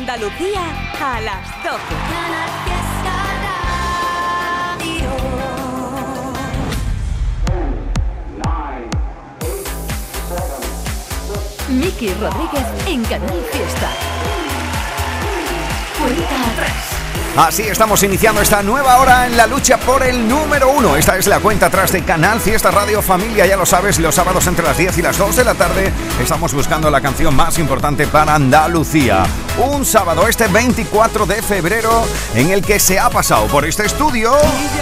Andalucía a las 12. Miki Rodríguez en Canal Fiesta. Cuenta atrás. Así estamos iniciando esta nueva hora en la lucha por el número 1. Esta es la cuenta atrás de Canal Fiesta Radio Familia. Ya lo sabes, los sábados entre las 10 y las 2 de la tarde estamos buscando la canción más importante para Andalucía. Un sábado, este 24 de febrero, en el que se ha pasado por este estudio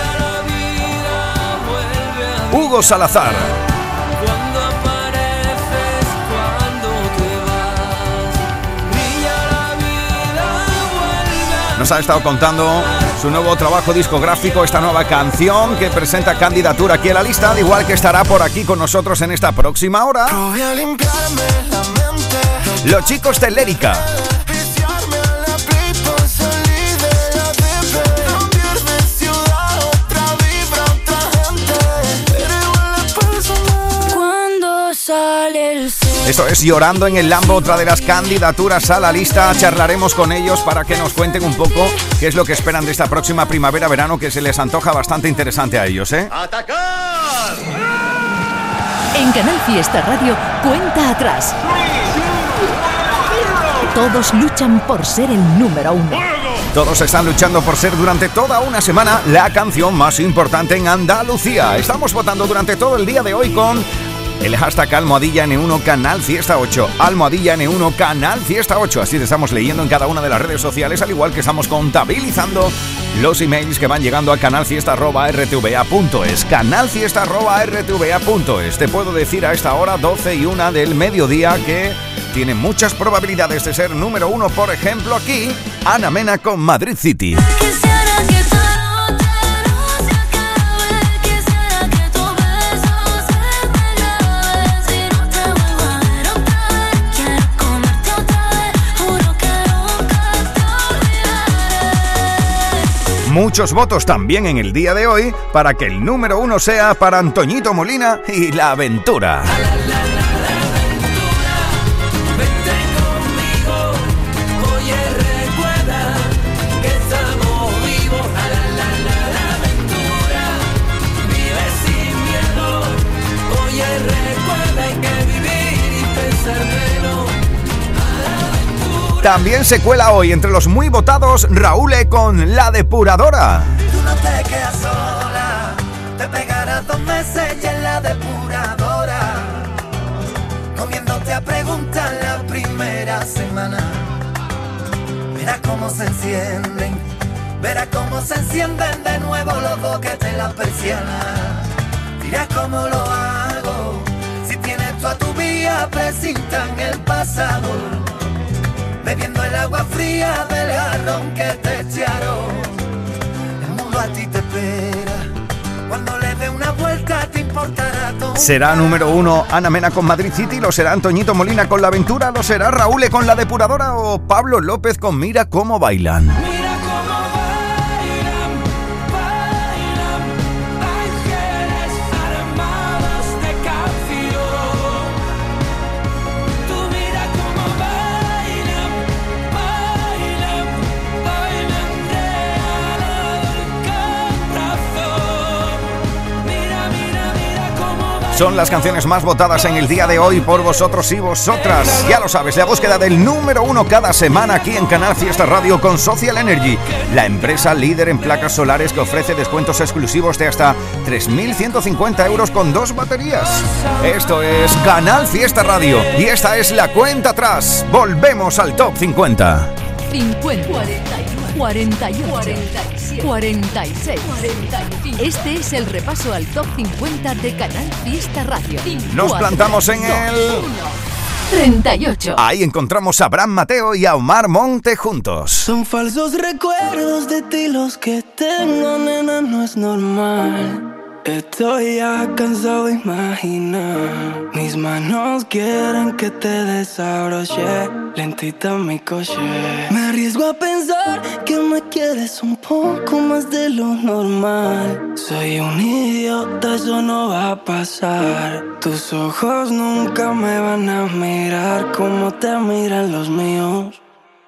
Hugo Salazar. Nos ha estado contando su nuevo trabajo discográfico, esta nueva canción que presenta candidatura aquí en la lista, al igual que estará por aquí con nosotros en esta próxima hora. Los chicos de Lérica. Esto es Llorando en el Lambo, otra de las candidaturas a la lista. Charlaremos con ellos para que nos cuenten un poco qué es lo que esperan de esta próxima primavera-verano, que se les antoja bastante interesante a ellos, ¿eh? ¡Atacar! En Canal Fiesta Radio, cuenta atrás. Todos luchan por ser el número 1. Todos están luchando por ser durante toda una semana la canción más importante en Andalucía. Estamos votando durante todo el día de hoy con el hashtag Almohadilla N1 Canal Fiesta 8. Almohadilla N1 Canal Fiesta 8. Así te estamos leyendo en cada una de las redes sociales, al igual que estamos contabilizando los emails que van llegando a canalfiesta@rtva.es. Canalfiesta@rtva.es. Te puedo decir a esta hora, 12 y 1 del mediodía, que tiene muchas probabilidades de ser número 1. Por ejemplo, aquí, Ana Mena con Madrid City. Muchos votos también en el día de hoy para que el número 1 sea para Antoñito Molina y La Aventura. También se cuela hoy entre los muy votados Raúl con La Depuradora. Tú no te quedas sola, te pegarás 2 meses ya en la depuradora, comiéndote a preguntar la primera semana. Verás cómo se encienden, verás cómo se encienden de nuevo los boquetes en la persiana. Dirás cómo lo hago, si tienes tú a tu vía precinta en el pasado, bebiendo el agua fría del jarrón que te echaron. El mundo a ti te espera, cuando le dé una vuelta te importará todo. ¿Será número 1 Ana Mena con Madrid City? ¿Lo será Antoñito Molina con La Aventura? ¿Lo será Raúl con La Depuradora? ¿O Pablo López con Mira cómo bailan? Son las canciones más votadas en el día de hoy por vosotros y vosotras. Ya lo sabes, la búsqueda del número 1 cada semana aquí en Canal Fiesta Radio con Social Energy, la empresa líder en placas solares que ofrece descuentos exclusivos de hasta 3.150 euros con 2 baterías. Esto es Canal Fiesta Radio y esta es la cuenta atrás. Volvemos al Top 50. 50, 41, 48, 46, 45. Este es el repaso al Top 50 de Canal Fiesta Radio. Nos plantamos en el 38. Ahí encontramos a Abraham Mateo y a Omar Monte juntos. Son falsos recuerdos de ti los que tengo, nena, no es normal. Estoy ya cansado de imaginar. Mis manos quieren que te desabroche lentita mi coche. Me arriesgo a pensar que me quieres un poco más de lo normal. Soy un idiota, eso no va a pasar. Tus ojos nunca me van a mirar como te miran los míos.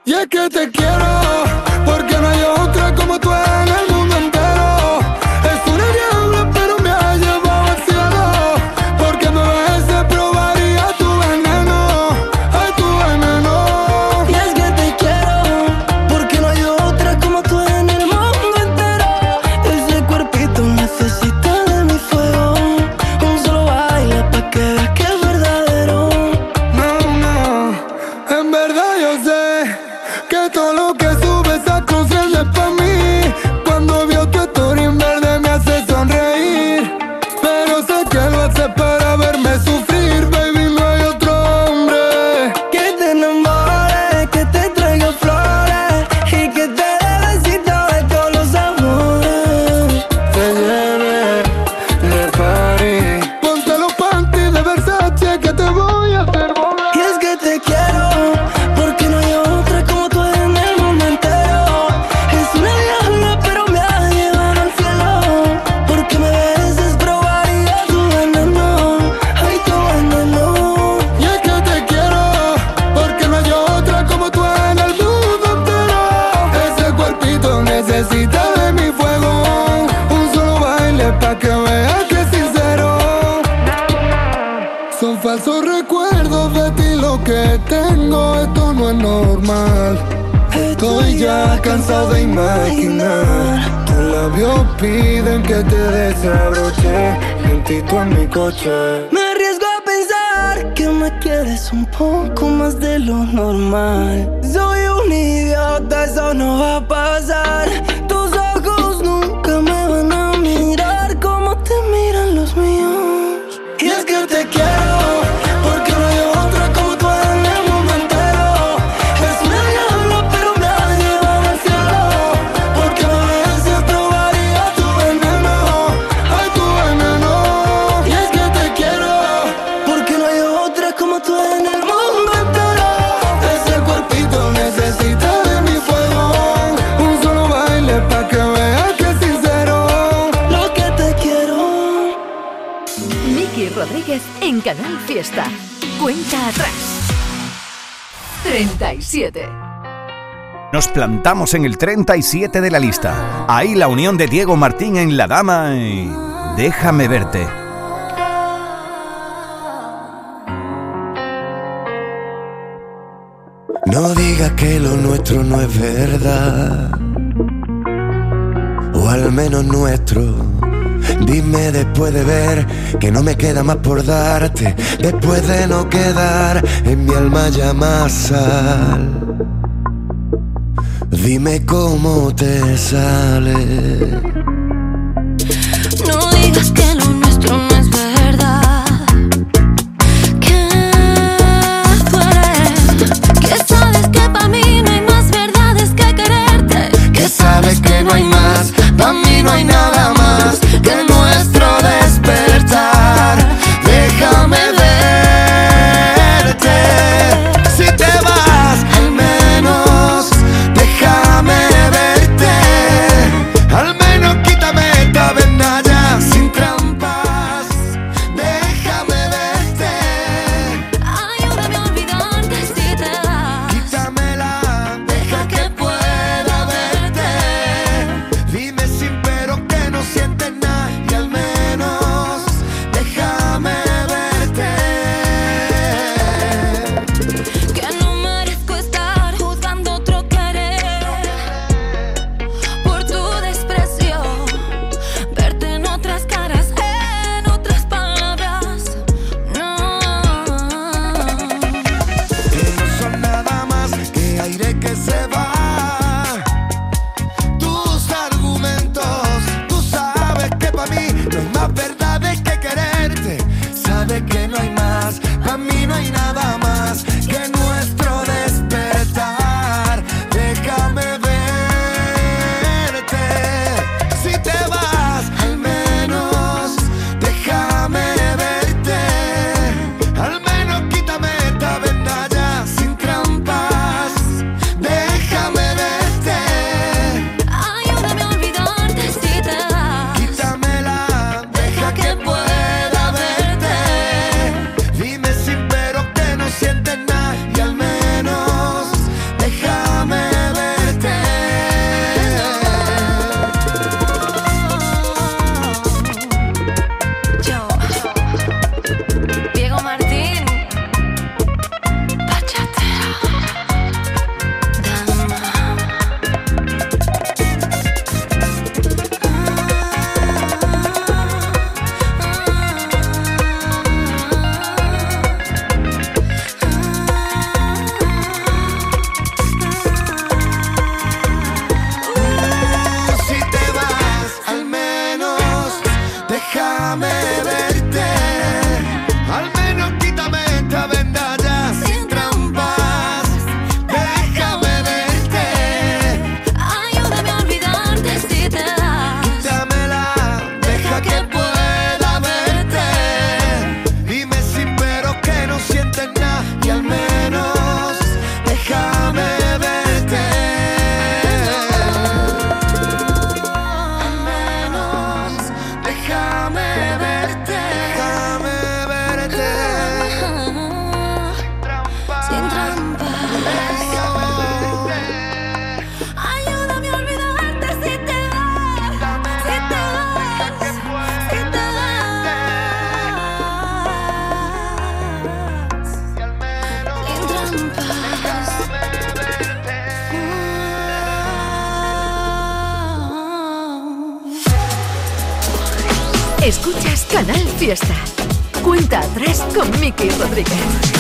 Y es que te quiero, porque no hay otra como tú en el mundo entero. Es una diabla pero me ha llevado al cielo, porque me ves probaría tu veneno, ay tu veneno. Y es que te quiero, porque no hay otra como tú en el mundo entero. Ese cuerpito necesita de mi fuego, un solo baile pa' que veas que es verdadero. No, en verdad yo sé que todo lo que subes a cruces es pa' mí. Cuando veo tu story en verde me hace sonreír, pero sé que lo haces para verme sufrir. Baby, no hay otro hombre que te enamore, que te traiga flores y que te dé besitos de todos los amores. Te lleve de party, ponte los panties de Versace que te voy a hacer volar. Y es que te quiero, porque no hay otra como tú en el mundo entero. Es una diabla pero me ha llevado al cielo, porque me beses probaría tu veneno, ay tu veneno. Y es que te quiero, porque no hay otra como tú en el mundo entero. Ese cuerpito necesita de mi fuego, un solo baile pa' que veas que es sincero. Son falsos recuerdos de ti lo que tengo, esto no es normal. Estoy ya cansado de imaginar, tus labios piden que te desabroche, lentito en mi coche. Me arriesgo a pensar que me quieres un poco más de lo normal. Soy un idiota, eso no va a pasar. Tus ojos nunca me van a mirar como te miran los míos. Y es que te quiero, porque no hay otra como tú en el mundo entero. Es una diabla pero me ha llevado al cielo, porque me beses probaría tu veneno, ay tu veneno. Y es que te quiero, porque no hay otra como tú en el mundo entero. Ese cuerpito necesita de mi fuego, un solo baile pa' que veas que es sincero lo que te quiero. Miki Rodríguez en Canal Fiesta. Cuenta atrás. 37. Nos plantamos en el 37 de la lista. Ahí la unión de Diego Martín en La Dama y Déjame Verte. No digas que lo nuestro no es verdad, o al menos nuestro. Dime después de ver que no me queda más por darte, después de no quedar en mi alma ya más sal. Dime cómo te sale. No digas que lo nuestro no es verdad, que tú eres, que sabes que pa' mí no hay más verdades que quererte, Que sabes que no hay más, pa' mí no hay nada más que nuestro despertar. Déjame verte. Si te vas, al menos déjame verte. Al menos en paz. Escuchas Canal Fiesta. Cuenta atrás con Miki Rodríguez.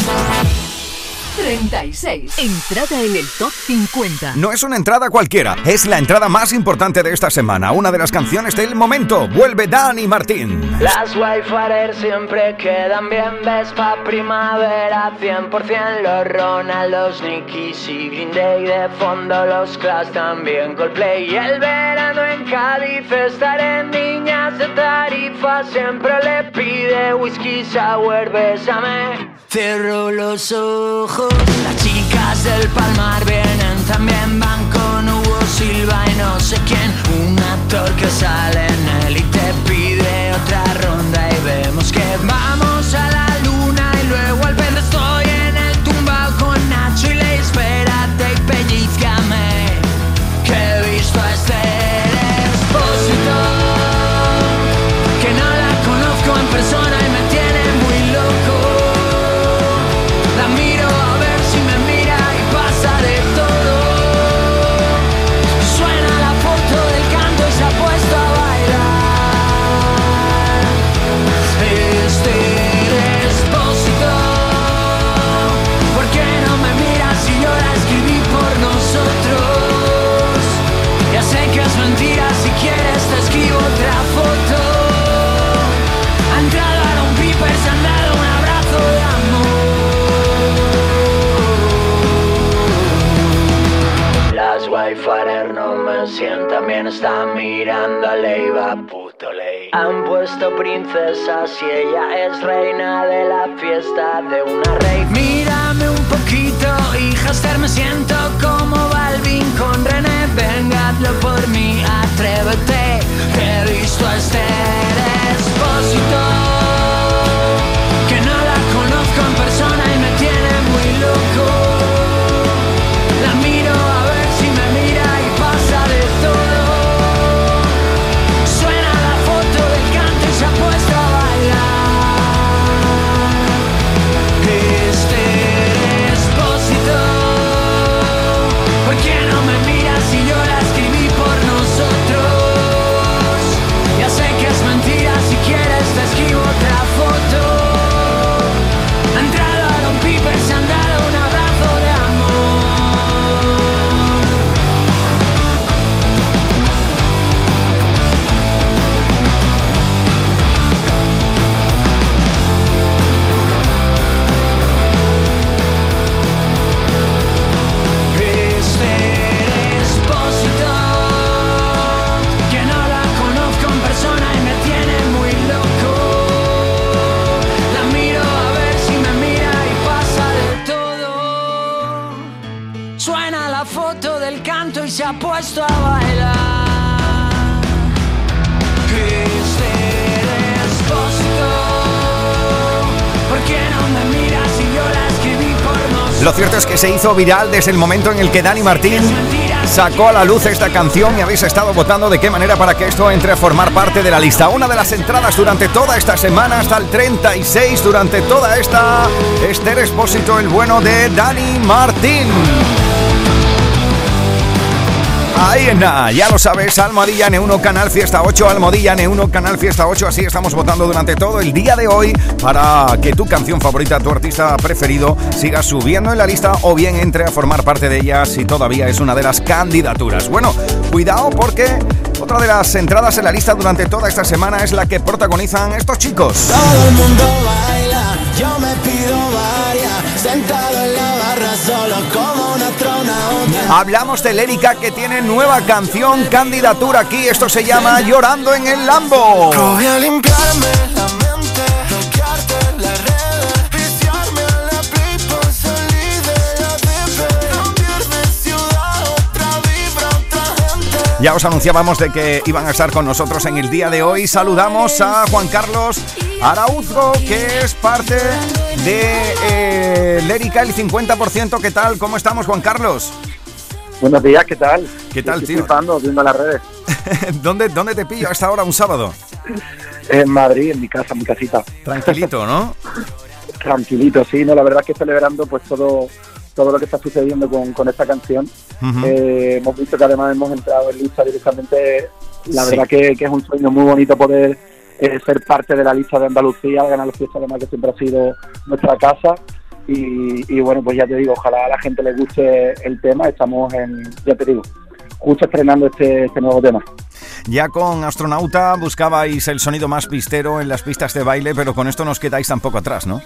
36. Entrada en el Top 50. No es una entrada cualquiera, es la entrada más importante de esta semana. Una de las canciones del momento. Vuelve Dani Martín. Las Wayfarer siempre quedan bien. Vespa primavera 100%. Los Ronaldos, Nickies y Green Day. De fondo los Clash, también Coldplay. Y el verano en Cádiz estaré. Niñas de Tarifa siempre le pide whisky sour, bésame. Cierro los ojos. Las chicas del Palmar vienen también, van con Hugo Silva y no sé quién. Un actor que sale en él y te pide otra ronda y vemos que vamos a la luna y luego al perro estoy en el tumbao con Nacho y le espérate y pellizcame, que he visto a Esther Expósito, que no la conozco en persona y me tiene muy loco. La miro a ver si me mira y pasa de todo. Suena la foto del canto y se ha puesto a bailar. Este Expósito, ¿por qué no me miras si yo la escribí por nosotros? Ya sé que es mentira, si quieres te escribo otra foto. Ha entrado a un Piper, se han dado un abrazo de amor. Las Wayfarer no me sientan bien, están mirando a Leiva, puto ley. Han puesto princesas y ella es reina de la fiesta de una rey. Mírame un poquito, hija Esther, me siento como Balvin con René. Venga, hazlo por mí, atrévete, que he visto a Esther Expósito, que no la conozco en persona y me tiene muy loco. La miro a ver si me mira y pasa de todo. Suena la foto del canto y se ha puesto a bailar. Este Expósito, ¿por qué no me miras si yo la escribí por nosotros? Ya sé que es mentira, si quieres te escribo otra foto. Ha entrado a Don Piper, se han dado un abrazo de Expósito, que no la conozco en persona y me tiene muy loco. La miro a ver si me mira y pasa de todo. Suena la foto del canto y se ha puesto a bailar. Expósito, ¿por qué no me miras si yo la escribí por nosotros? Lo cierto es que se hizo viral desde el momento en el que Dani Martín sacó a la luz esta canción y habéis estado votando de qué manera para que esto entre a formar parte de la lista. Una de las entradas durante toda esta semana hasta el 36, durante toda esta Esther Expósito, el bueno de Dani Martín. Ahí en nada, ya lo sabes, Almohadilla N1 Canal Fiesta 8, Almohadilla N1 Canal Fiesta 8, así estamos votando durante todo el día de hoy para que tu canción favorita, tu artista preferido, siga subiendo en la lista o bien entre a formar parte de ella si todavía es una de las candidaturas. Bueno, cuidado porque otra de las entradas en la lista durante toda esta semana es la que protagonizan estos chicos. Todo el mundo baila, yo me pido varias, sentado en la barra solo como una astronauta. Hablamos de Lérica, que tiene nueva canción, candidatura aquí, esto se llama Llorando en el Lambo. Voy a limpiarme la mente, hackearte las redes, viciarme a la play por salir de la DP, cambiar de ciudad, otra vibra, otra gente. Ya os anunciábamos de que iban a estar con nosotros en el día de hoy. Saludamos a Juan Carlos Arauzco, que es parte de Lérica, el 50%. ¿Qué tal? ¿Cómo estamos, Juan Carlos? Buenos días, ¿qué tal? ¿Qué tal, Estoy tío? flipando, viendo las redes. ¿Dónde te pillo a esta hora un sábado? En Madrid, en mi casa, en mi casita. Tranquilito, ¿no? Tranquilito, sí, no, la verdad es que celebrando pues todo todo lo que está sucediendo con esta canción. Uh-huh. Hemos visto que además hemos entrado en lista directamente. La Sí. verdad que es un sueño muy bonito poder ser parte de la lista de Andalucía, ganar la fiesta, además que siempre ha sido nuestra casa. Y bueno, pues ya te digo, ojalá a la gente le guste el tema. Estamos ya te digo, justo estrenando este nuevo tema. Ya con Astronauta buscabais el sonido más pistero en las pistas de baile, pero con esto no os quedáis tampoco atrás, ¿no?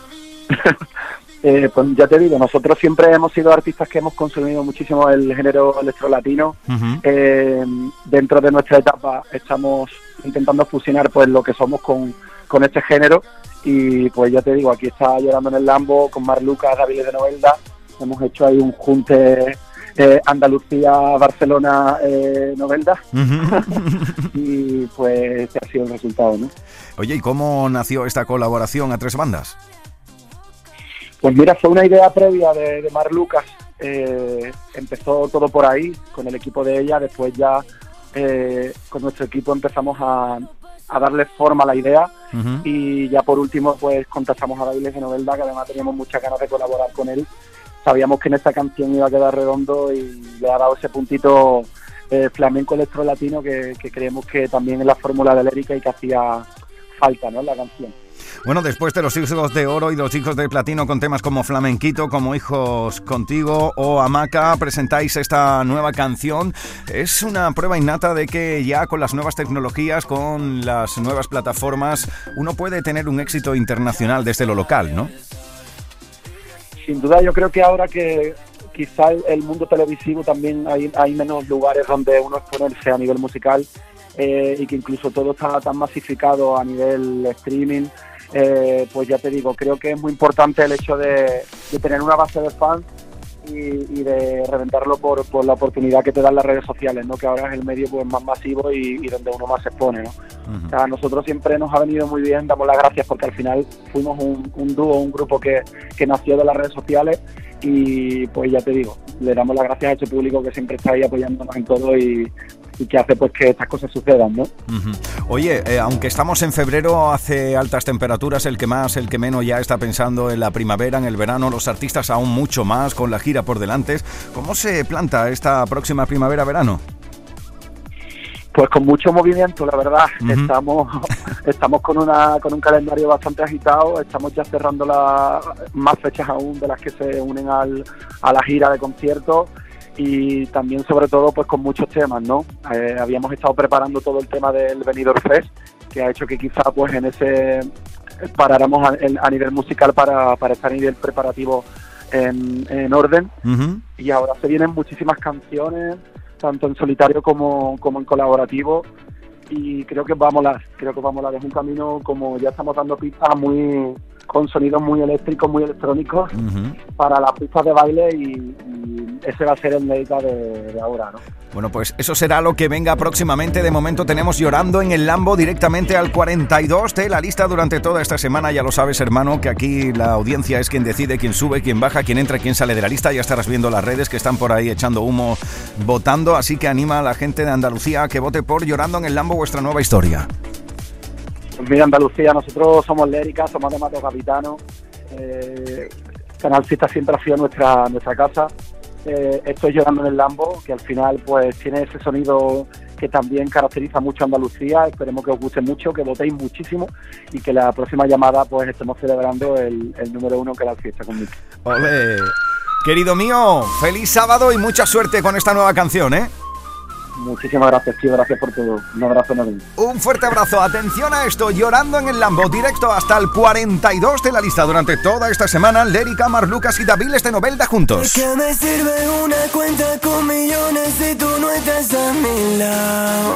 Pues ya te digo, nosotros siempre hemos sido artistas que hemos consumido muchísimo el género electrolatino. Uh-huh. Dentro de nuestra etapa estamos intentando fusionar pues lo que somos con este género, y pues ya te digo, aquí está Llorando en el Lambo con Mar Lucas, Daviles de Novelda. Hemos hecho ahí un junte Andalucía, Barcelona, Novelda. Uh-huh. Y pues este ha sido el resultado, ¿no? Oye, ¿y cómo nació esta colaboración a tres bandas? Pues mira, fue una idea previa de Mar Lucas. Empezó todo por ahí, con el equipo de ella. Después ya con nuestro equipo empezamos a darle forma a la idea. Uh-huh. Y ya por último pues contactamos a Daviles de Novelda, que además teníamos muchas ganas de colaborar con él. Sabíamos que en esta canción iba a quedar redondo y le ha dado ese puntito flamenco electrolatino que creemos que también es la fórmula de Lérica y que hacía falta, ¿no?, en la canción. Bueno, después de los discos de oro y los discos de platino con temas como Flamenquito, como Hijos Contigo o Hamaca, presentáis esta nueva canción. Es una prueba innata de que ya con las nuevas tecnologías, con las nuevas plataformas, uno puede tener un éxito internacional desde lo local, ¿no? Sin duda, yo creo que ahora que quizá el mundo televisivo también hay menos lugares donde uno exponerse a nivel musical, y que incluso todo está tan masificado a nivel streaming. Pues ya te digo, creo que es muy importante el hecho de tener una base de fans y de reventarlo por la oportunidad que te dan las redes sociales, ¿no? Que ahora es el medio pues más masivo y donde uno más se expone, ¿no? Uh-huh. O sea, a nosotros siempre nos ha venido muy bien, damos las gracias porque al final fuimos un dúo, un grupo que nació de las redes sociales, y pues ya te digo, le damos las gracias a ese público que siempre está ahí apoyándonos en todo y que hace pues que estas cosas sucedan, ¿no? Uh-huh. Oye, aunque estamos en febrero, hace altas temperaturas, el que más, el que menos ya está pensando en la primavera, en el verano, los artistas aún mucho más, con la gira por delante. ¿Cómo se planta esta próxima primavera-verano? Pues con mucho movimiento, la verdad. Uh-huh. Estamos con un calendario bastante agitado. Estamos ya cerrando más fechas aún de las que se unen a la gira de conciertos. Y también, sobre todo, pues con muchos temas, ¿no? Habíamos estado preparando todo el tema del Benidorm Fest, que ha hecho que quizá pues en ese paráramos a nivel musical para estar a nivel preparativo en orden. Uh-huh. Y ahora se vienen muchísimas canciones, tanto en solitario como en colaborativo, y creo que vamos a es un camino, como ya estamos dando pistas con sonidos muy eléctricos, muy electrónicos, uh-huh, para las pistas de baile, y ese va a ser el Lérica de ahora, ¿no? Bueno, pues eso será lo que venga próximamente. De momento tenemos Llorando en el Lambo directamente al 42 de la lista durante toda esta semana. Ya lo sabes, hermano, que aquí la audiencia es quien decide, quién sube, quién baja, quién entra, quién sale de la lista. Ya estarás viendo las redes que están por ahí echando humo, votando, así que anima a la gente de Andalucía a que vote por Llorando en el Lambo, vuestra nueva historia. Pues mira, Andalucía, nosotros somos Lérica, somos de Mato Capitano. Canal Fiesta siempre ha sido nuestra casa. Esto es Llorando en el Lambo, que al final pues tiene ese sonido que también caracteriza mucho a Andalucía. Esperemos que os guste mucho, que votéis muchísimo y que la próxima llamada pues estemos celebrando el número 1 Canal Fiesta conmigo. ¡Ole! Querido mío, feliz sábado y mucha suerte con esta nueva canción, ¿eh? Muchísimas gracias, tío, gracias por todo. Un abrazo enorme. Un fuerte abrazo. Atención a esto, Llorando en el Lambo, directo hasta el 42 de la lista durante toda esta semana. Lérica, Mar Lucas y Daviles de Novelda juntos. ¿De qué me sirve una cuenta con millones si tú no estás a mi lado?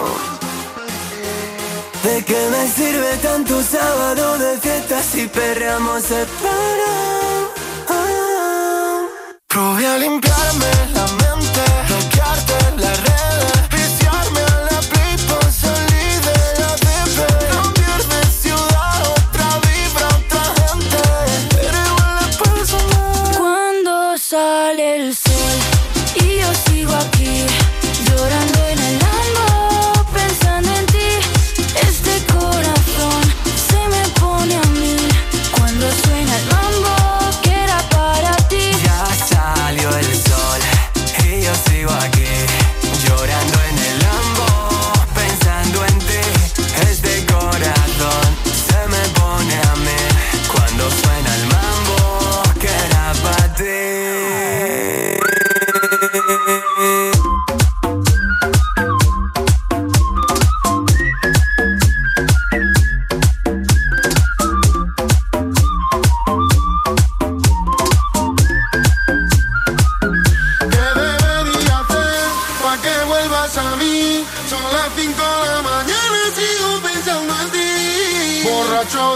¿De qué me sirve tanto sábado de fiesta si perreamos separados? Probé a limpiarme la mente, bloquearte las redes, viciarme a la play por salir de la DP. Cambiar de ciudad, otra vibra, otra gente, pero igual es personal. Cuando sale el sol y yo sigo aquí, llorando en el Lambo, pensando en ti. Este corazón se me pone a mí cuando suena el mambo que era para ti. Ya sabes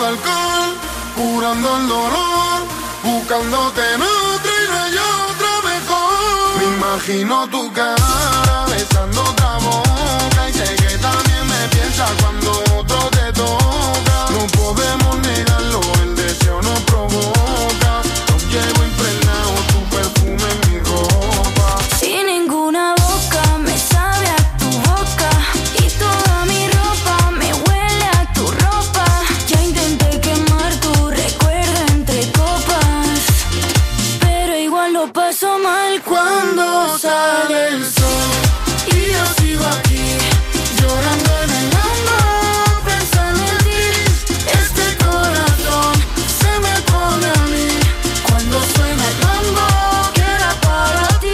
alcohol, curando el dolor, buscándote en otra y no hay otra mejor. Me imagino tu cara besando otra boca y sé que también me piensas cuando otro te toca. No podemos negarlo, el deseo nos provoca. Nos llevo impregnado tu perfume en mi ropa. Y ninguna boca me sabe a tu boca, y toda mi ropa me huele a tu ropa. Ya intenté quemar tu recuerdo entre copas, pero igual lo paso mal cuando sale el sol. Y yo sigo aquí, Llorando en el lambo, pensando en ti. Este corazón se me pone a mí cuando suena el mambo que era para ti.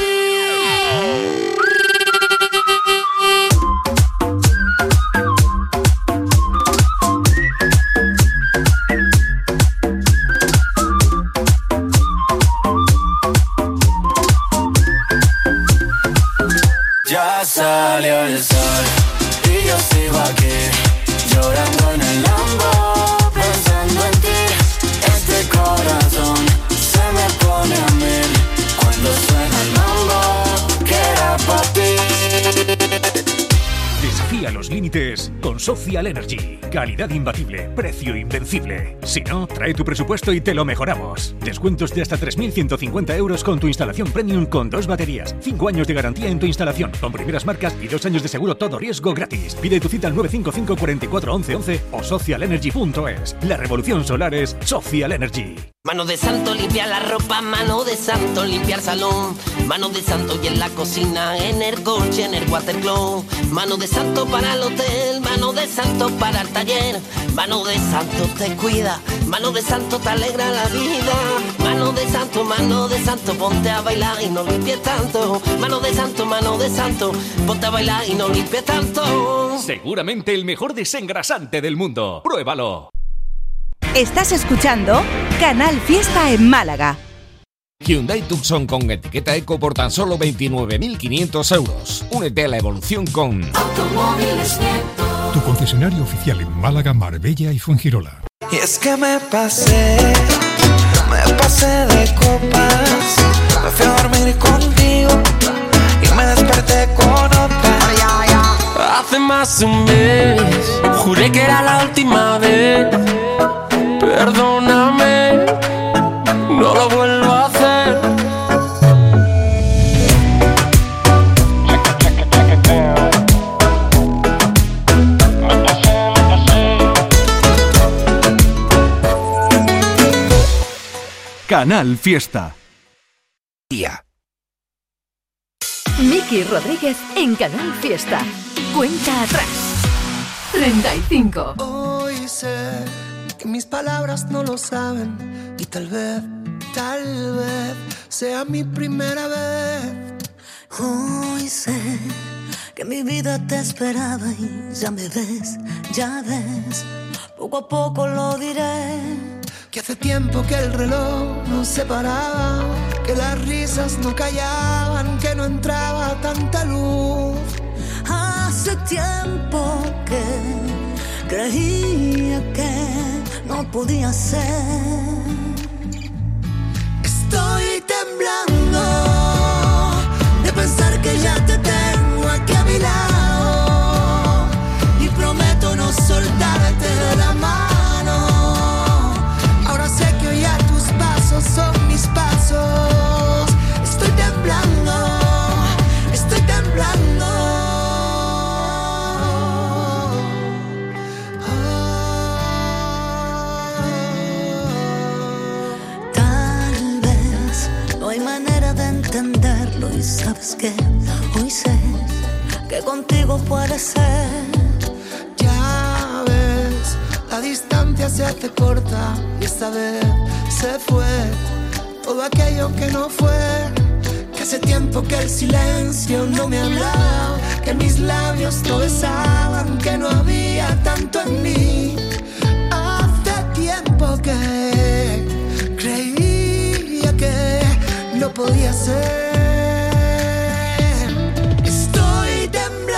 Ya salió el sol y yo sigo aquí, llorando en el lambo, pensando en ti. Este corazón se me pone a mil cuando suena el mambo que era para ti. Desafía los límites con Social Energy. Calidad imbatible, precio invencible. Si no, trae tu presupuesto y te lo mejoramos. Descuentos de hasta 3.150 euros con tu instalación premium con 2 baterías, 5 años de garantía en tu instalación, con primeras marcas y 2 años de seguro todo riesgo gratis. Pide tu cita al 955 44 11 11 o socialenergy.es. La revolución solar es Social Energy. Mano de santo limpia la ropa, mano de santo limpia el salón, mano de santo y en la cocina, en el coche, en el watercloak, mano de santo para el hotel, mano de santo para el taller, mano de santo te cuida, mano de santo te alegra la vida, mano de santo, ponte a bailar y no limpies tanto, mano de santo, ponte a bailar y no limpies tanto. Seguramente el mejor desengrasante del mundo. Pruébalo. Estás escuchando Canal Fiesta en Málaga. Hyundai Tucson con etiqueta Eco por tan solo 29.500 euros. Únete a la evolución con Automóviles Nieto. Tu concesionario oficial en Málaga, Marbella y Fuengirola. Y es que me pasé de copas, me fui a dormir contigo y me desperté con otra. Hace más de un mes, juré que era la última vez. Perdóname, no lo vuelvo a hacer. Canal Fiesta. Miki Rodríguez en Canal Fiesta. Cuenta atrás. 35. Hoy sé que mis palabras no lo saben y tal vez sea mi primera vez. Hoy sé que mi vida te esperaba y ya me ves, ya ves. Poco a poco lo diré. Que hace tiempo que el reloj no se paraba, que las risas no callaban, que no entraba tanta luz. Hace tiempo que creía que no podía ser. Estoy temblando de pensar que ya te tengo aquí a mi lado y prometo no soltarte de la mano. Ahora sé que hoy a tus pasos son mis pasos. Estoy temblando, estoy temblando. Tal vez no hay manera de entenderlo y sabes que hoy sé que contigo puede ser. Ya ves, la distancia se hace corta y esta vez se fue todo aquello que no fue. Que hace tiempo que el silencio no me hablaba, que mis labios no besaban, que no había tanto en mí. Hace tiempo que creía que no podía ser. Estoy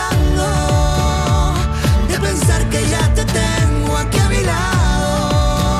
temblando de pensar que ya te tengo aquí a mi lado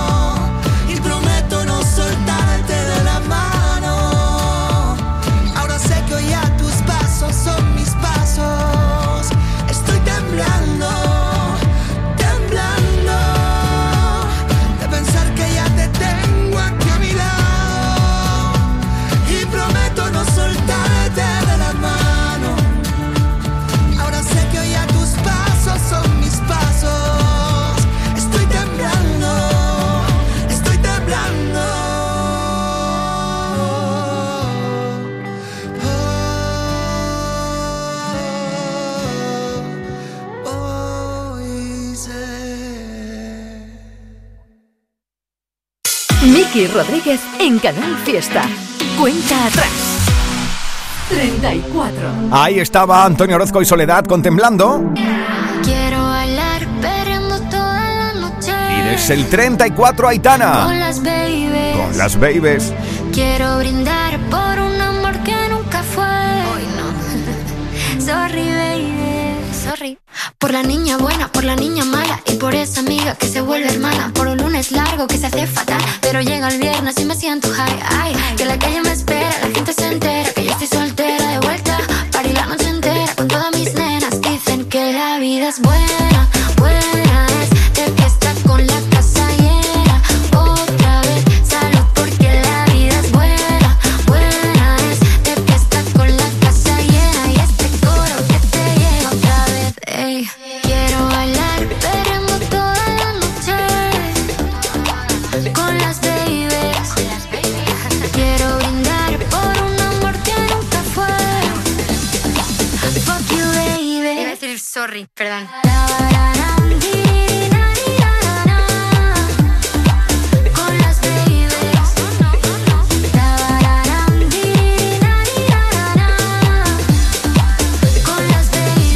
Miki Rodríguez en Canal Fiesta. Cuenta atrás. 34. Ahí estaba Antonio Orozco y Soledad con Temblando. Quiero bailar perreando toda la noche. Y desde el 34 Aitana. Con las babies. Con las babies. Quiero brindar por un amor que nunca fue. Hoy no. Sorry, baby. Sorry. Por la niña buena, por la niña mala. Y por esa amiga que se vuelve hermana. Por un lunes largo que se hace fatal. Pero llega el viernes y me siento high. Ay, que la calle me espera, la gente se entera que yo estoy soltera de vuelta. Party la noche entera con todas mis nenas. Dicen que la vida es buena, buena es de fiesta con la casa llena. Otra vez, salud porque la vida es buena, buena es de fiesta con la casa llena. Y este coro que te llega otra vez, ey. Quiero bailar perreando toda la noche con las babies. Quiero brindar por un amor que nunca fue. Fuck you, baby. Iba a decir sorry, perdón. Con las babies. Con las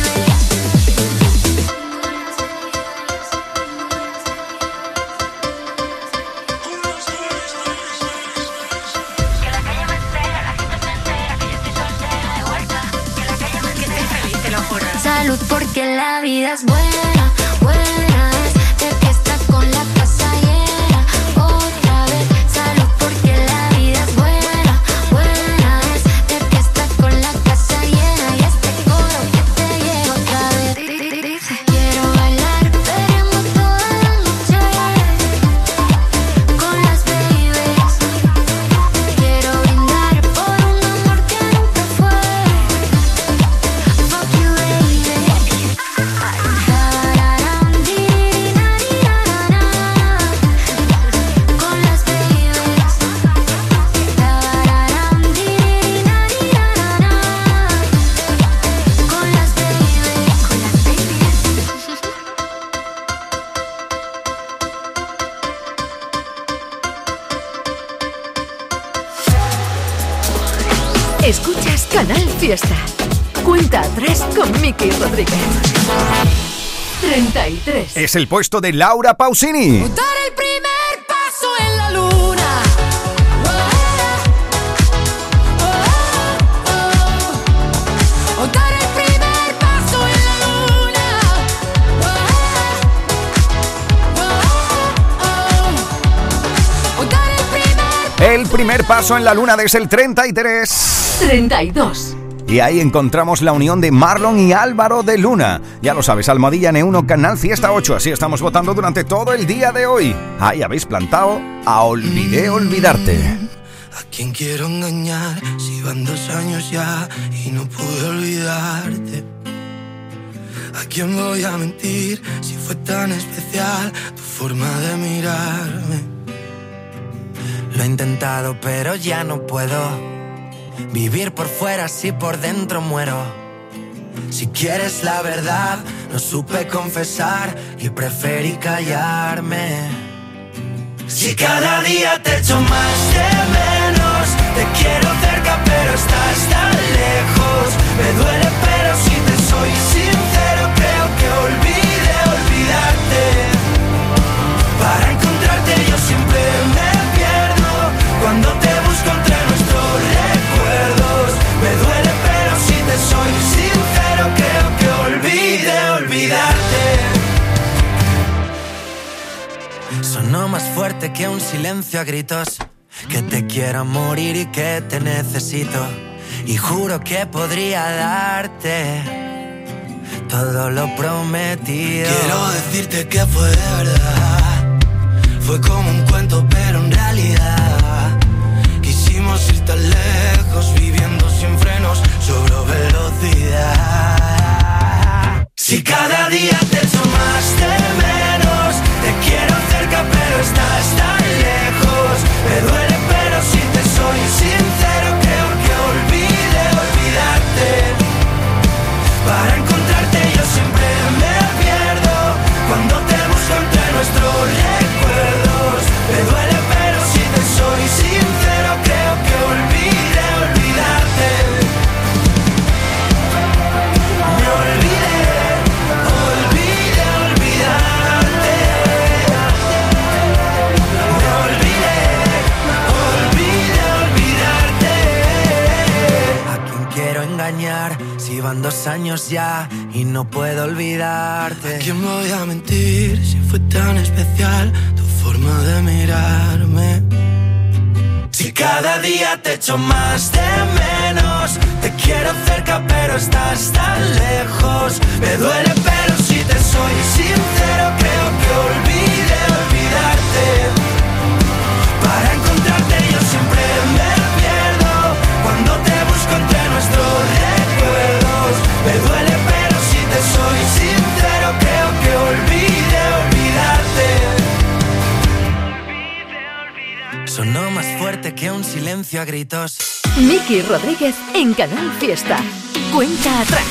salud porque la vida es buena, buena es de fiesta con la casa llena. Otra vez, salud porque la vida es buena, buena es de fiesta con la casa llena. Y este coro que te llega otra vez. Quiero bailar perreando toda la noche con las babies. Quiero brindar por un amor que nunca fue. Fuck you, baby. Con las babies. Con las Escuchas Canal Fiesta. Cuenta atrás con Miki Rodríguez. 33. Es el puesto de Laura Pausini. Dar el primer paso en la luna. O dar el primer paso en la luna. O dar el primer paso en la luna desde el 33. 32. Y ahí encontramos la unión de Marlon y Álvaro de Luna. Ya lo sabes, Almohadilla N1, Canal Fiesta 8. Así estamos votando durante todo el día de hoy. Ahí habéis plantado a Olvidé Olvidarte. ¿A quién quiero engañar si van 2 años ya y no pude olvidarte? ¿A quién voy a mentir si fue tan especial tu forma de mirarme? Lo he intentado pero ya no puedo vivir por fuera si por dentro muero. Si quieres la verdad, no supe confesar y preferí callarme. Si cada día te echo más de menos, te quiero cerca pero estás tan lejos. Me duele pero si te soy sincero, creo que olvidé olvidarte. Para encontrarte yo siempre me pierdo, cuando te busco entre nuestros recuerdos. Me duele pero si te soy sincero, creo que olvidé olvidarte. Sonó más fuerte que un silencio a gritos, que te quiero morir y que te necesito. Y juro que podría darte todo lo prometido. Quiero decirte que fue de verdad, fue como un cuento pero en realidad quisimos ir tan lejos, viviendo sin frenos, sobró velocidad. Si cada día te echo más de menos, te quiero cerca pero estás tan lejos. Me duele pero si te soy sincero, creo que olvidé olvidarte. Para encontrarte yo siempre me pierdo, cuando te busco entre nuestros recuerdos. Me duele pero si te soy Y van 2 años ya y no puedo olvidarte. ¿A quién voy a mentir si fue tan especial tu forma de mirarme? Si cada día te echo más de menos, te quiero cerca pero estás tan lejos. Me duele pero si te soy sincero creo que olvidé olvidarte. Para encontrarte yo siempre me pierdo cuando te busco entre nuestros recuerdos. Me duele pero si te soy sincero creo que olvidé olvidarte. Sonó más fuerte que un silencio a gritos. Miki Rodríguez en Canal Fiesta. Cuenta atrás.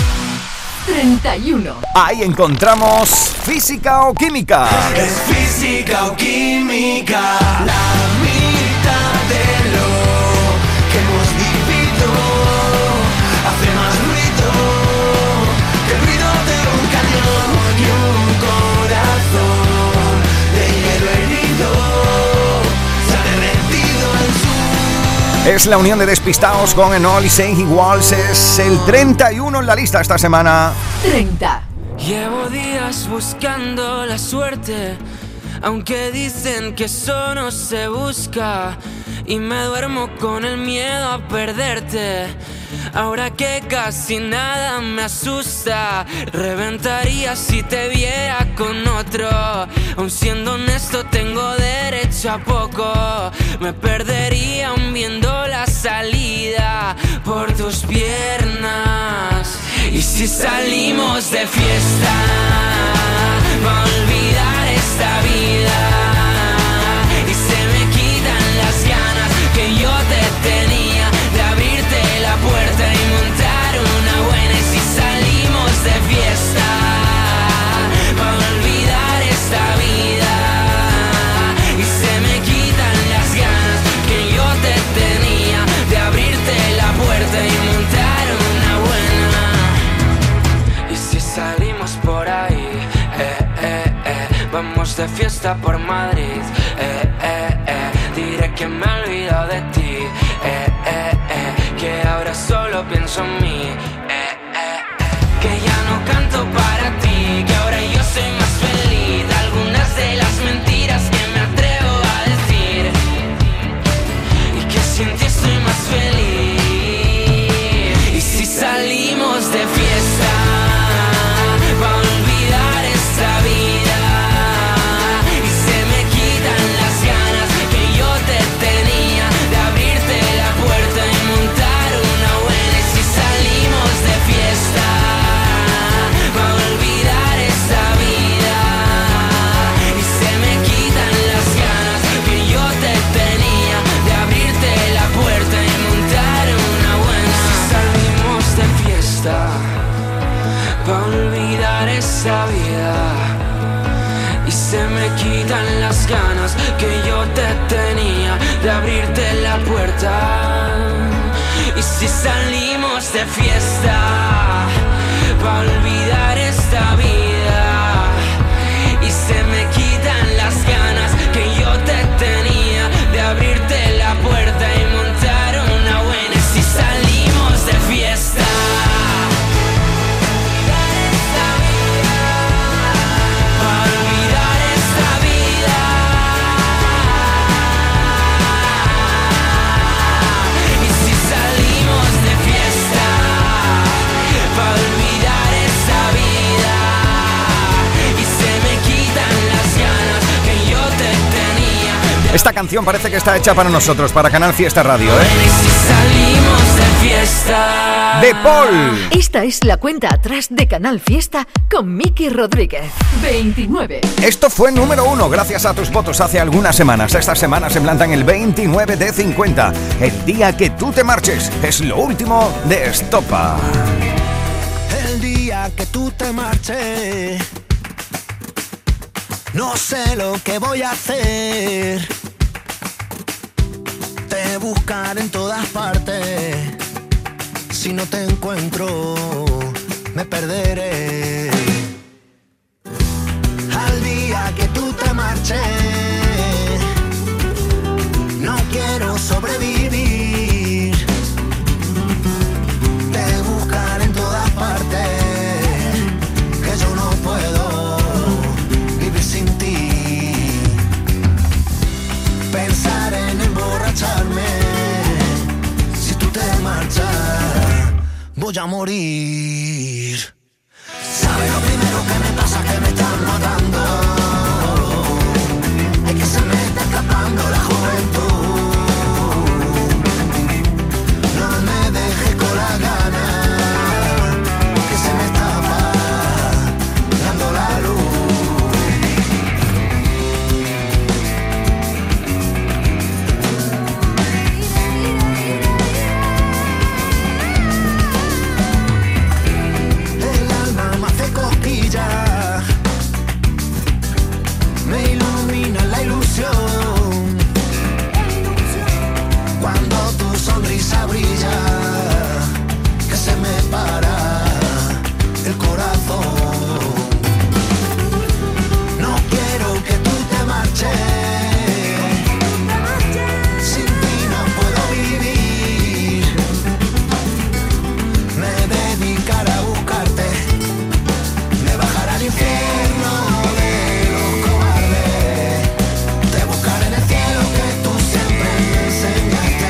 31. Ahí encontramos Física o Química. Es física o química, la mitad de lo que hemos vivido hace más ruido que el ruido de un cañón y un corazón de hielo herido se ha derretido en su... Es la unión de Despistaos con Enol y Seiji Walls. Es el 31 en la lista esta semana. 30. Llevo días buscando la suerte, aunque dicen que eso no se busca. Y me duermo con el miedo a perderte. Ahora que casi nada me asusta, reventaría si te viera con otro. Aun siendo honesto tengo derecho a poco. Me perdería aún viendo la salida por tus piernas. Y si salimos de fiesta, va a olvidar esta vida. Y se me quitan las ganas que yo te tenía de abrirte la puerta y montar una buena. Y si salimos de fiesta, va a olvidar esta vida. Y se me quitan las ganas que yo te tenía de abrirte la puerta y montar una buena. Y si salimos por ahí, vamos de fiesta por Madrid, diré que me he olvidado de ti, que ahora solo pienso en mí, que ya no canto para ti, que ahora yo soy más feliz. Algunas de las mentiras que me atrevo a decir, y que sin ti estoy más feliz. Y si salimos de fiesta, va a olvidar esta vida. Y se me quitan las ganas que yo te tenía de abrirte la puerta y montar una buena. Y si salimos de fiesta, va a olvidar esta vida. Y se me quitan las ganas que yo te tenía de abrirte la puerta y montar una buena. Si salimos de fiesta, va a olvidar esa vida. Y se me quitan las ganas que yo te tenía de abrirte la puerta. Y si salimos de fiesta, va a olvidar esta vida. Y se me quitan las ganas que yo te tenía de abrirte la puerta y montar una buena. Y si salimos de fiesta, Esta canción parece que está hecha para nosotros, para Canal Fiesta Radio, ¿eh? De Paul. Esta es la cuenta atrás de Canal Fiesta con Miki Rodríguez. 29. Esto fue número 1 gracias a tus votos hace algunas semanas. Esta semana se plantan el 29 de 50. El día que tú te marches es lo último de Estopa. El día que tú te marches, no sé lo que voy a hacer. Te buscaré en todas partes. Si no te encuentro, me perderé. Al día que tú te marches, no quiero sobrevivir. Te buscaré en todas voy a morir. ¿Sabes lo primero que me pasa? Que me están matando. Es que se me está escapando la juventud. No me dejes con la gana, que se me está apagando la luz. Me ilumina la ilusión cuando tu sonrisa brilla, que se me para el corazón. No quiero que tú te marches, sin ti no puedo vivir. Me dedicaré a buscarte, me bajaré al infierno de los cobardes, te buscaré en el cielo que tú siempre me enseñaste.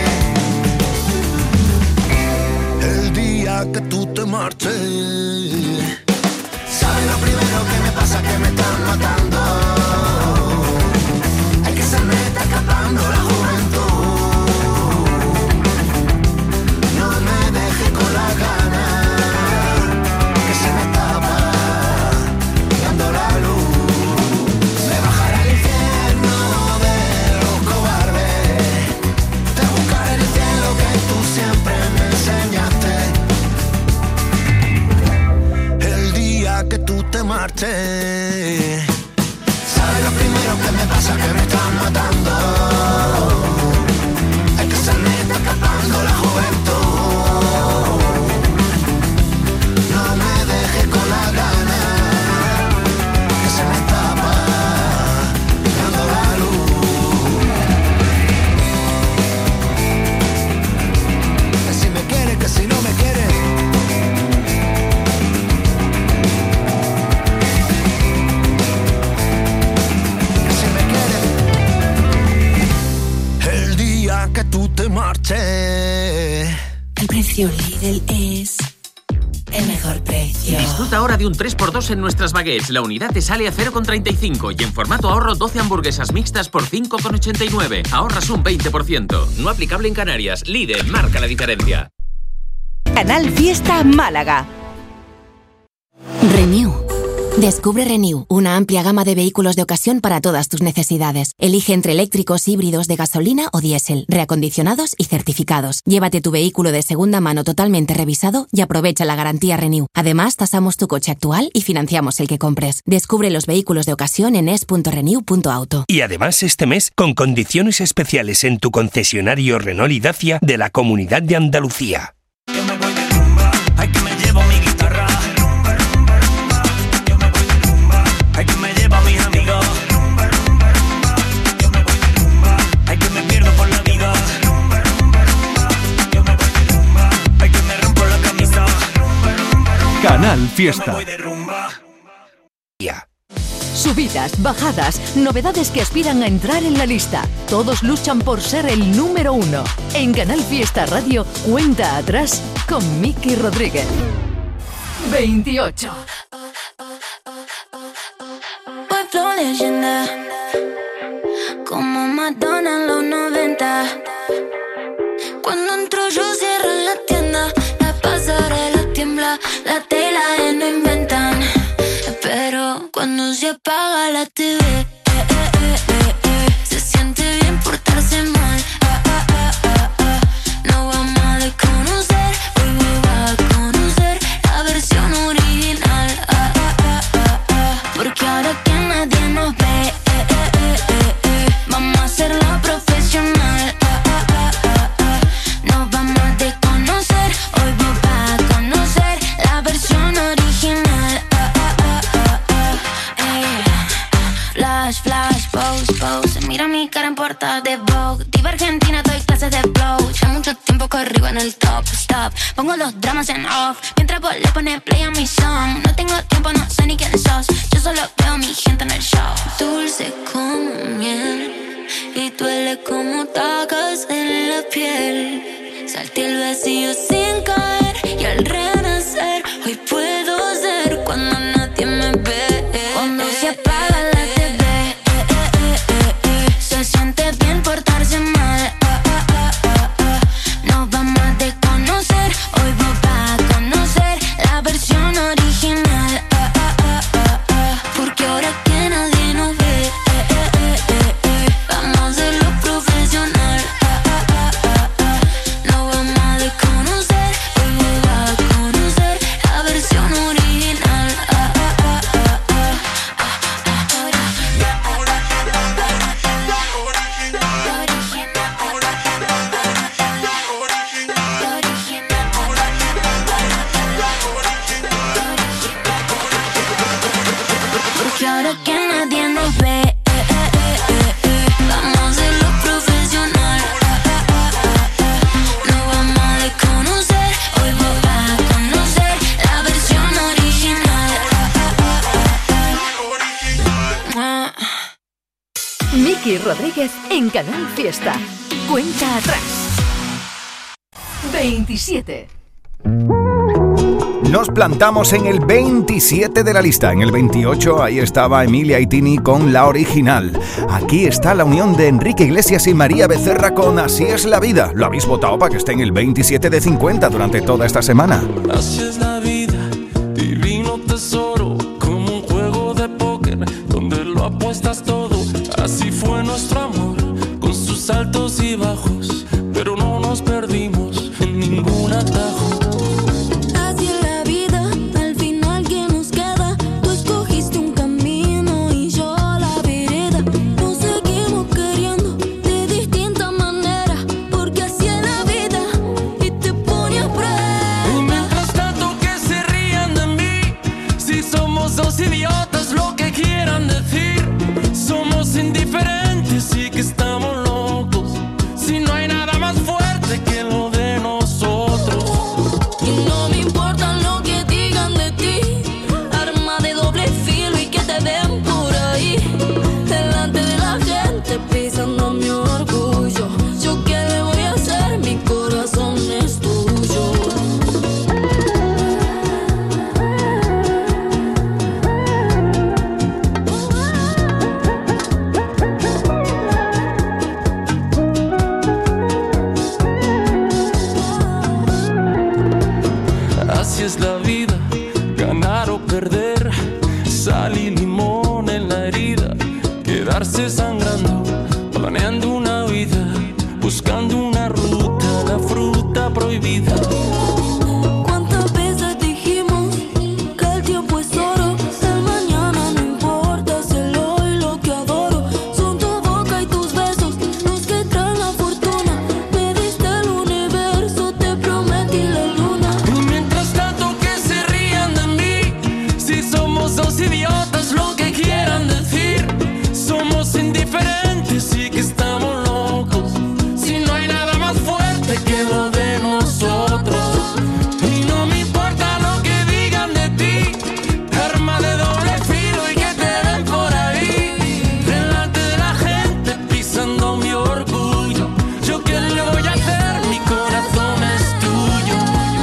El día que tú te marches, ¿sabes lo primero que me pasa? Que me están matando. Es que se me está escapando la juventud. No me dejes con la gana, que se me está apagando la luz. Me bajaré al infierno de los cobardes, te buscaré en el cielo que tú siempre me enseñaste. El día que tú te marches, ¿sabes lo primero que me pasa? Que me están matando. Es que se me está escapando la juventud. No me dejes con la gana, que se me está apagando la luz. Que si me quieres, que si no me quieres. Que si me quieres. El día que tú te marches. El precio Lidl es el mejor precio. Disfruta ahora de un 3x2 en nuestras baguettes. La unidad te sale a 0,35 y en formato ahorro 12 hamburguesas mixtas por 5,89. Ahorras un 20%. No aplicable en Canarias. Lidl, marca la diferencia. Canal Fiesta Málaga. Renew. Descubre Renew, una amplia gama de vehículos de ocasión para todas tus necesidades. Elige entre eléctricos, híbridos, de gasolina o diésel, reacondicionados y certificados. Llévate tu vehículo de segunda mano totalmente revisado y aprovecha la garantía Renew. Además, tasamos tu coche actual y financiamos el que compres. Descubre los vehículos de ocasión en es.renew.auto. Y además este mes, con condiciones especiales en tu concesionario Renault y Dacia de la Comunidad de Andalucía. Ay, que me llevo mi guitarra. Ay, que me llevo a mis amigos. Ay, que me pierdo por la vida. Ay, que me rompo la camisa. Canal Fiesta. Subidas, bajadas, novedades que aspiran a entrar en la lista. Todos luchan por ser el número 1. En Canal Fiesta Radio, cuenta atrás con Miki Rodríguez. 28. Hoy flow leyenda, como Madonna en los 90. Cuando entro yo cierro la tienda, la pasarela tiembla, la tela no inventan. Pero cuando se apaga la TV, se siente bien portarse mal. No vamos a desconocer, hoy me va a conocer la versión original. Porque ahora que nadie nos ve, vamos a hacerlo profesional. Nos vamos a desconocer, hoy vos vas a conocer la versión original. Flash, flash, pose, pose. Mira mi cara en portada de Vogue. Diva argentina, doy clases de flow. Ya mucho tiempo corrido en el top, stop. Pongo los dramas en off, mientras vos le pones play a mi song. No tengo tiempo, no sé ni quién sos. Yo solo veo a mi gente en el show. Dulce como miel y duele como tacas en la piel. Salté el vacío sin caer y y al renacer hoy puedo ser cuando nadie me ve. Cuando se apaga la TV, se siente bien portarse mal. Nos vamos a desconocer, hoy vos vas a conocer la versión original. Porque ahora que nadie nos ve, vamos a hacerlo profesional. Nos vamos a desconocer, hoy vos vas a conocer la versión original. Porque ahora que nadie nos ve, vamos a hacerlo profesional. Nos vamos a desconocer, hoy vos vas a conocer la versión original. Miki Rodríguez en Canal Fiesta. Cuenta atrás. 27. Nos plantamos en el 27 de la lista. En el 28 ahí estaba Emilia y Tini con La Original. Aquí está la unión de Enrique Iglesias y María Becerra con Así es la vida. Lo habéis votado para que esté en el 27 de 50 durante toda esta semana. Así es la vida, divino tesoro, como un juego de póker donde lo apuestas todo. Así fue nuestro amor, con sus altos y bajos, pero no nos perdimos en ningún atajo. Así es la vida, al final que nos queda. Tú escogiste un camino y yo la vereda. Nos seguimos queriendo de distintas maneras, porque así es la vida y te pone a prueba. Y mientras tanto que se rían de mí, si somos dos idiotas, lo que quieran decir. Somos indiferentes y que estamos locos, si no hay nada más fuerte que lo de nosotros. Y no me importa lo que digan de ti, arma de doble filo y que te den por ahí, delante de la gente pisando mi orgullo. Yo qué le voy a hacer, mi corazón es tuyo. Así es la vida, ganar o perder, sal y limón en la herida, quedarse sangrando, planeando una vida, buscando una ruta, la fruta prohibida. ¿Cuántas veces dijimos que el tiempo es oro? El mañana no importa, es el hoy lo que adoro. Son tu boca y tus besos los que traen la fortuna. Me diste el universo, te prometí la luna. Y mientras tanto que se rían de mí, si somos dos idiotas, lo que quieran decir. Somos indiferentes y que estamos locos, si no hay nada más fuerte que lo de nosotros. Y no me importa lo que digan de ti, arma de doble filo y que te ven por ahí, delante de la gente pisando mi orgullo. Yo qué le voy a hacer, mi corazón es tuyo.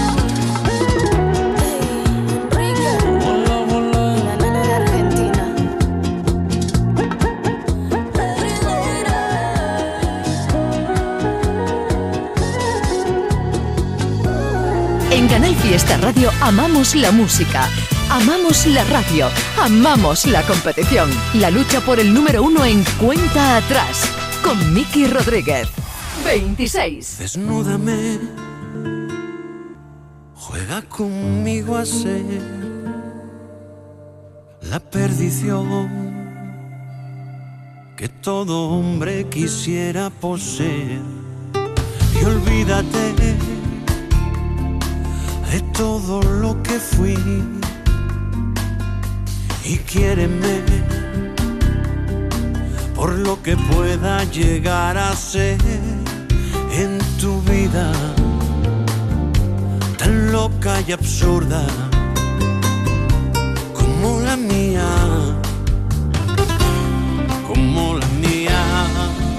Hola, hola. La nana de Argentina. En Canal Fiesta Radio amamos la música, amamos la radio, amamos la competición. La lucha por el número 1 en Cuenta Atrás, con Miki Rodríguez. 26. Desnúdame, juega conmigo a ser la perdición que todo hombre quisiera poseer. Y olvídate de todo lo que fui y quiéreme por lo que pueda llegar a ser en tu vida, tan loca y absurda como la mía, como la mía.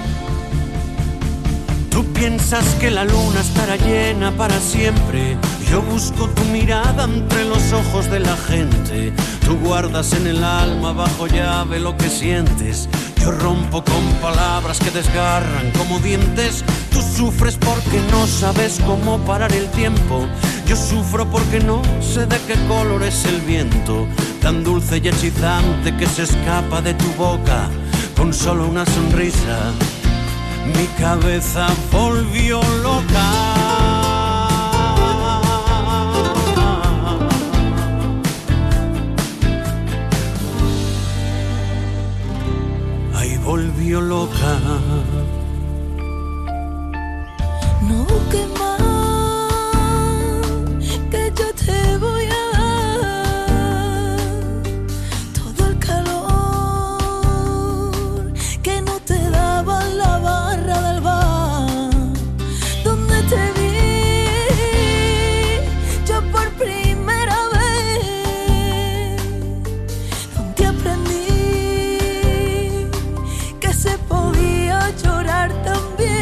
Tú piensas que la luna estará llena para siempre, y Yo busco tu mirada entre los ojos de la gente. Tú guardas en el alma bajo llave lo que sientes. Yo rompo con palabras que desgarran como dientes. Tú sufres porque no sabes cómo parar el tiempo. Yo sufro porque no sé de qué color es el viento, tan dulce y hechizante que se escapa de tu boca con solo una sonrisa. Mi cabeza volvió loca. Ahí volvió loca. No busques más, que yo te voy a dar todo el calor que no te daba la barra del bar donde te vi yo por primera vez, donde aprendí que se podía llorar también.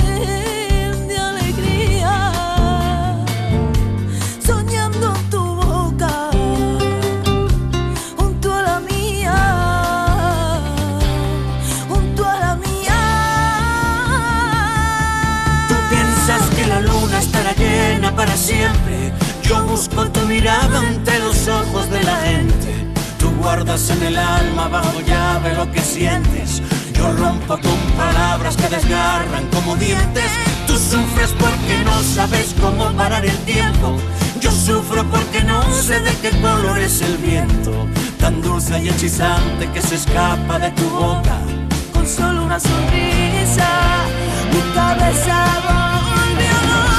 Para siempre, yo busco tu mirada ante los ojos de la gente. Tú guardas en el alma bajo llave lo que sientes. Yo rompo con palabras que desgarran como dientes. Tú sufres porque no sabes cómo parar el tiempo. Yo sufro porque no sé de qué color es el viento, tan dulce y hechizante que se escapa de tu boca con solo una sonrisa. Mi cabeza volvió loca.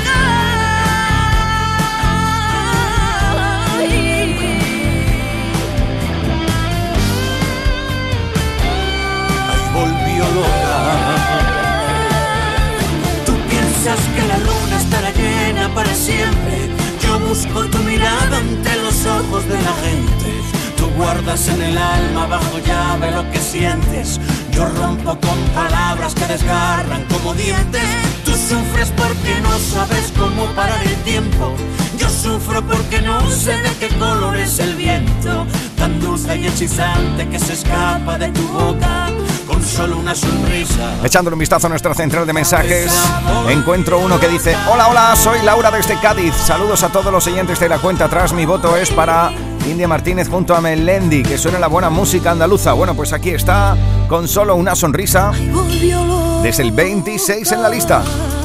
Tú piensas que la luna estará llena para siempre. Yo busco tu mirada ante los ojos de la gente. Tú guardas en el alma bajo llave lo que sientes. Yo rompo con palabras que desgarran como dientes. Tú sufres porque no sabes cómo parar el tiempo. Yo sufro porque no sé de qué color es el viento, tan dulce y hechizante que se escapa de tu boca con solo una sonrisa. Echándole un vistazo a nuestra central de mensajes, encuentro uno que dice: hola, hola, soy Laura desde Cádiz. Saludos a todos los oyentes de la cuenta atrás. Mi voto es para India Martínez junto a Melendi, que suena la buena música andaluza. Bueno, pues aquí está, con solo una sonrisa, desde el 26 en la lista.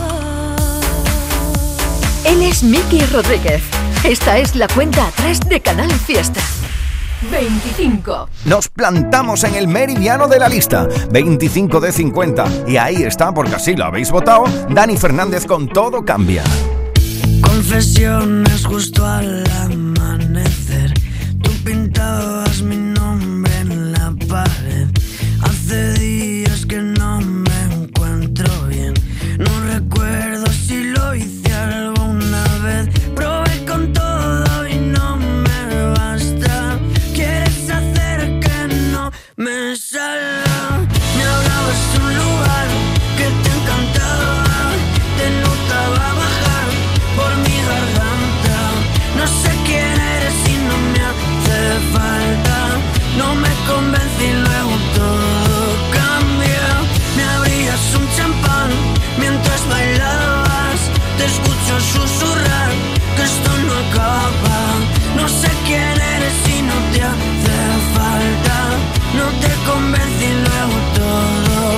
Él es Miki Rodríguez. Esta es la cuenta atrás de Canal Fiesta. 25. Nos plantamos en el meridiano de la lista, 25 de 50. Y ahí está, porque así lo habéis votado, Dani Fernández con Todo Cambia. Confesiones justo al amanecer. Tú pintabas mi nombre en la pared. Hace días que no me encuentro bien. No recuerdo si lo hice alguna vez. Probé con todo y no me basta. Quieres hacer que no me salga. Me hablabas de un lugar que te encantaba. Te notaba bajar por mi garganta. No sé quién eres y no me hace falta. No me convencí, luego todo cambia. Me abrías un champán mientras bailabas. Te escucho susurrar que esto no acaba. No sé quién eres y no te hace falta. No te convencí, luego todo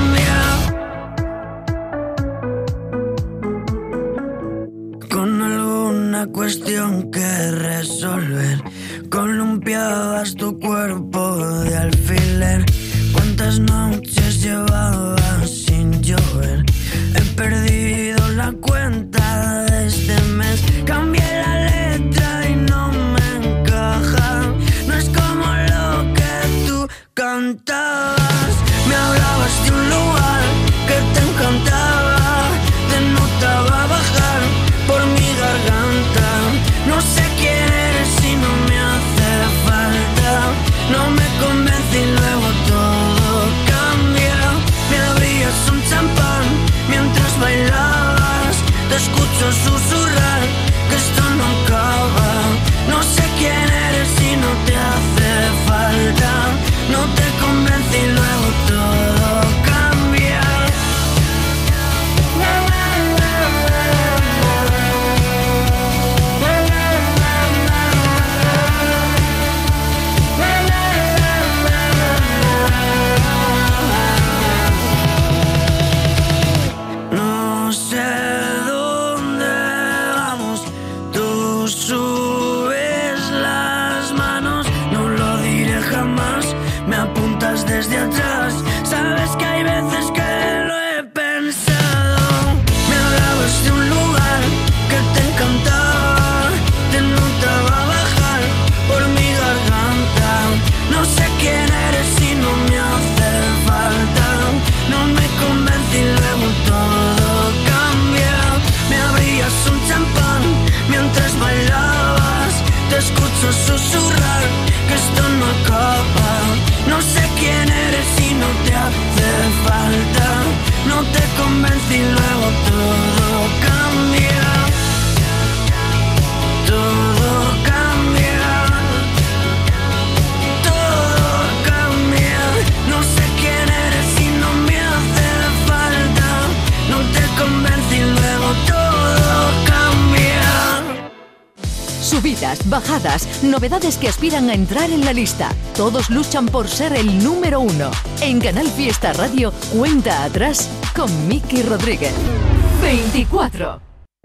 cambia. Con alguna cuestión que resolver, columpiabas tu cuerpo de alfiler. ¿Cuántas noches llevabas sin llover? He perdido la cuenta de este mes. Cambié la letra y no me encaja. No es como lo que tú cantabas. Me hablabas de un lugar que te encantaba. Te notaba bajar por mi garganta. No sé quién eres y no me hace falta. No me convencí, luego todo cambia. Me abrías un champán mientras bailabas. Te escucho susurrar que esto no acaba. No sé quién eres y no te hace falta. No te convence y luego todo cambia. No sé dónde vamos, tú subes las manos, no lo diré jamás, me apuntas desde atrás, sabes que hay veces que lo he pensado, me hablabas de un lugar que te encantaba, te notaba bajar por mi garganta, no sé quién eres y no me hace falta, no me convence y luego todo cambia, me abrías un champán mientras bailabas, te escucho susurrar que esto no acaba, no sé quién eres y no te hace falta, no te convence y luego todo cambia, todo cambia, todo cambia, no sé quién eres y no me hace falta, no te convence y luego todo cambia. Subidas, bajadas, novedades que aspiran a entrar en la lista. Todos luchan por ser el número 1. En Canal Fiesta Radio, cuenta atrás con Miki Rodríguez. 24.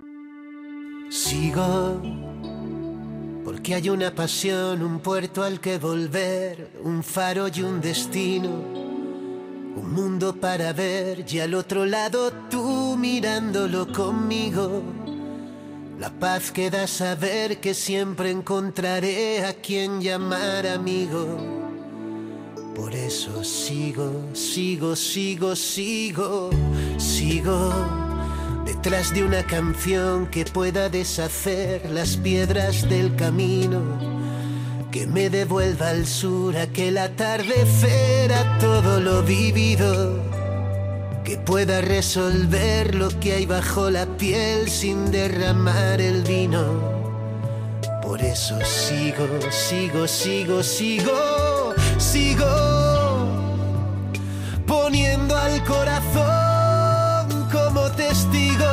Sigo, porque hay una pasión, un puerto al que volver, un faro y un destino, un mundo para ver y al otro lado tú mirándolo conmigo. La paz que da saber que siempre encontraré a quien llamar amigo. Por eso sigo, sigo, sigo, sigo, sigo detrás de una canción que pueda deshacer las piedras del camino, que me devuelva al sur aquel atardecer a todo lo vivido, que pueda resolver lo que hay bajo la piel sin derramar el vino. Por eso sigo, sigo, sigo, sigo, sigo poniendo al corazón como testigo,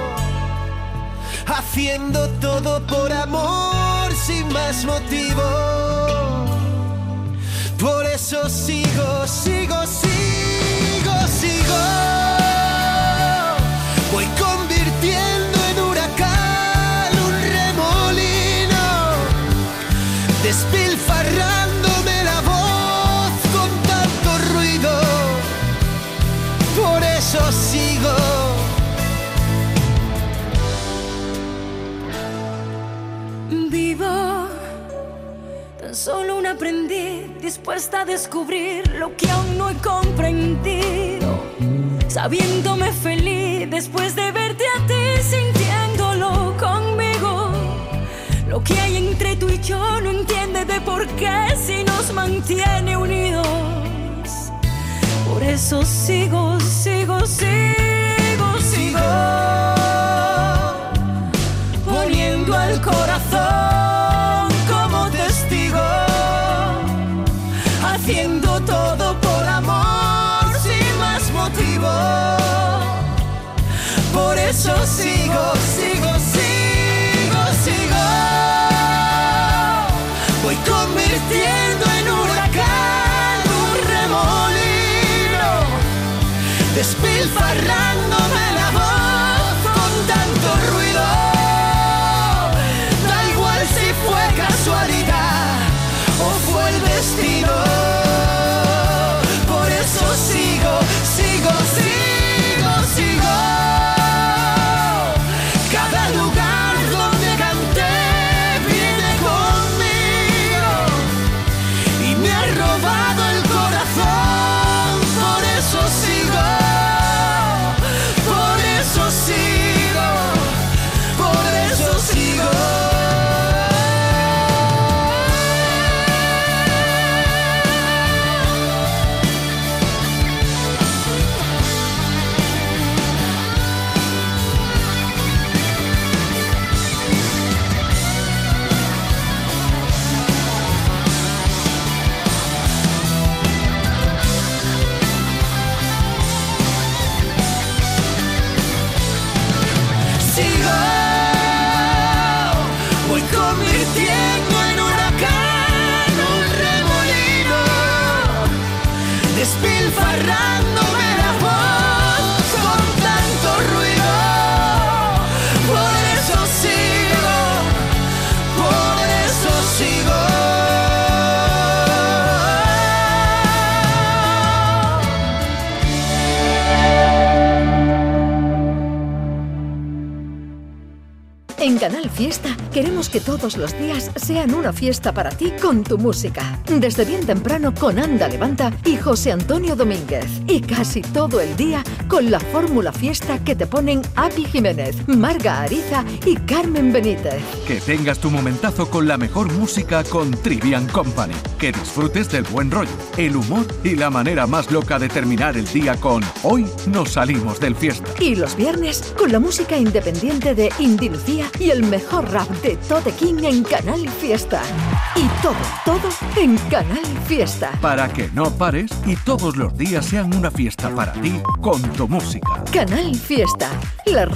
haciendo todo por amor sin más motivo. Por eso sigo, sigo, sigo, sigo. Voy convirtiendo en huracán un remolino, despilfarrándome la voz con tanto ruido. Por eso sigo. Vivo tan solo un aprendiz dispuesta a descubrir lo que aún no he comprendido, sabiéndome feliz después de verte a ti, sintiéndolo conmigo. Lo que hay entre tú y yo no entiende de por qué si nos mantiene unidos. Por eso sigo, sigo, sigo, sigo poniendo al corazón como testigo, haciendo todo por amor sin más motivo. Por eso sigo, sigo, sigo, sigo. Voy convirtiendo en huracán un remolino, despilfarrándome la voz con tanto ruido. Da igual si fue casualidad o fue el destino. Por eso sigo, sigo, sigo, sigo En Canal Fiesta queremos que todos los días sean una fiesta para ti con tu música. Desde bien temprano con Anda Levanta y José Antonio Domínguez. Y casi todo el día con la fórmula fiesta que te ponen Api Jiménez, Marga Ariza y Carmen Benítez. Que tengas tu momentazo con la mejor música con Trivian Company. Que disfrutes del buen rollo, el humor y la manera más loca de terminar el día con Hoy nos salimos del fiesta. Y los viernes con la música independiente de Indy Lucía y el mejor rap de Tote King en Canal Fiesta. Y todo en Canal Fiesta. Para que no pares y todos los días sean una fiesta para ti con tu música. Canal Fiesta, la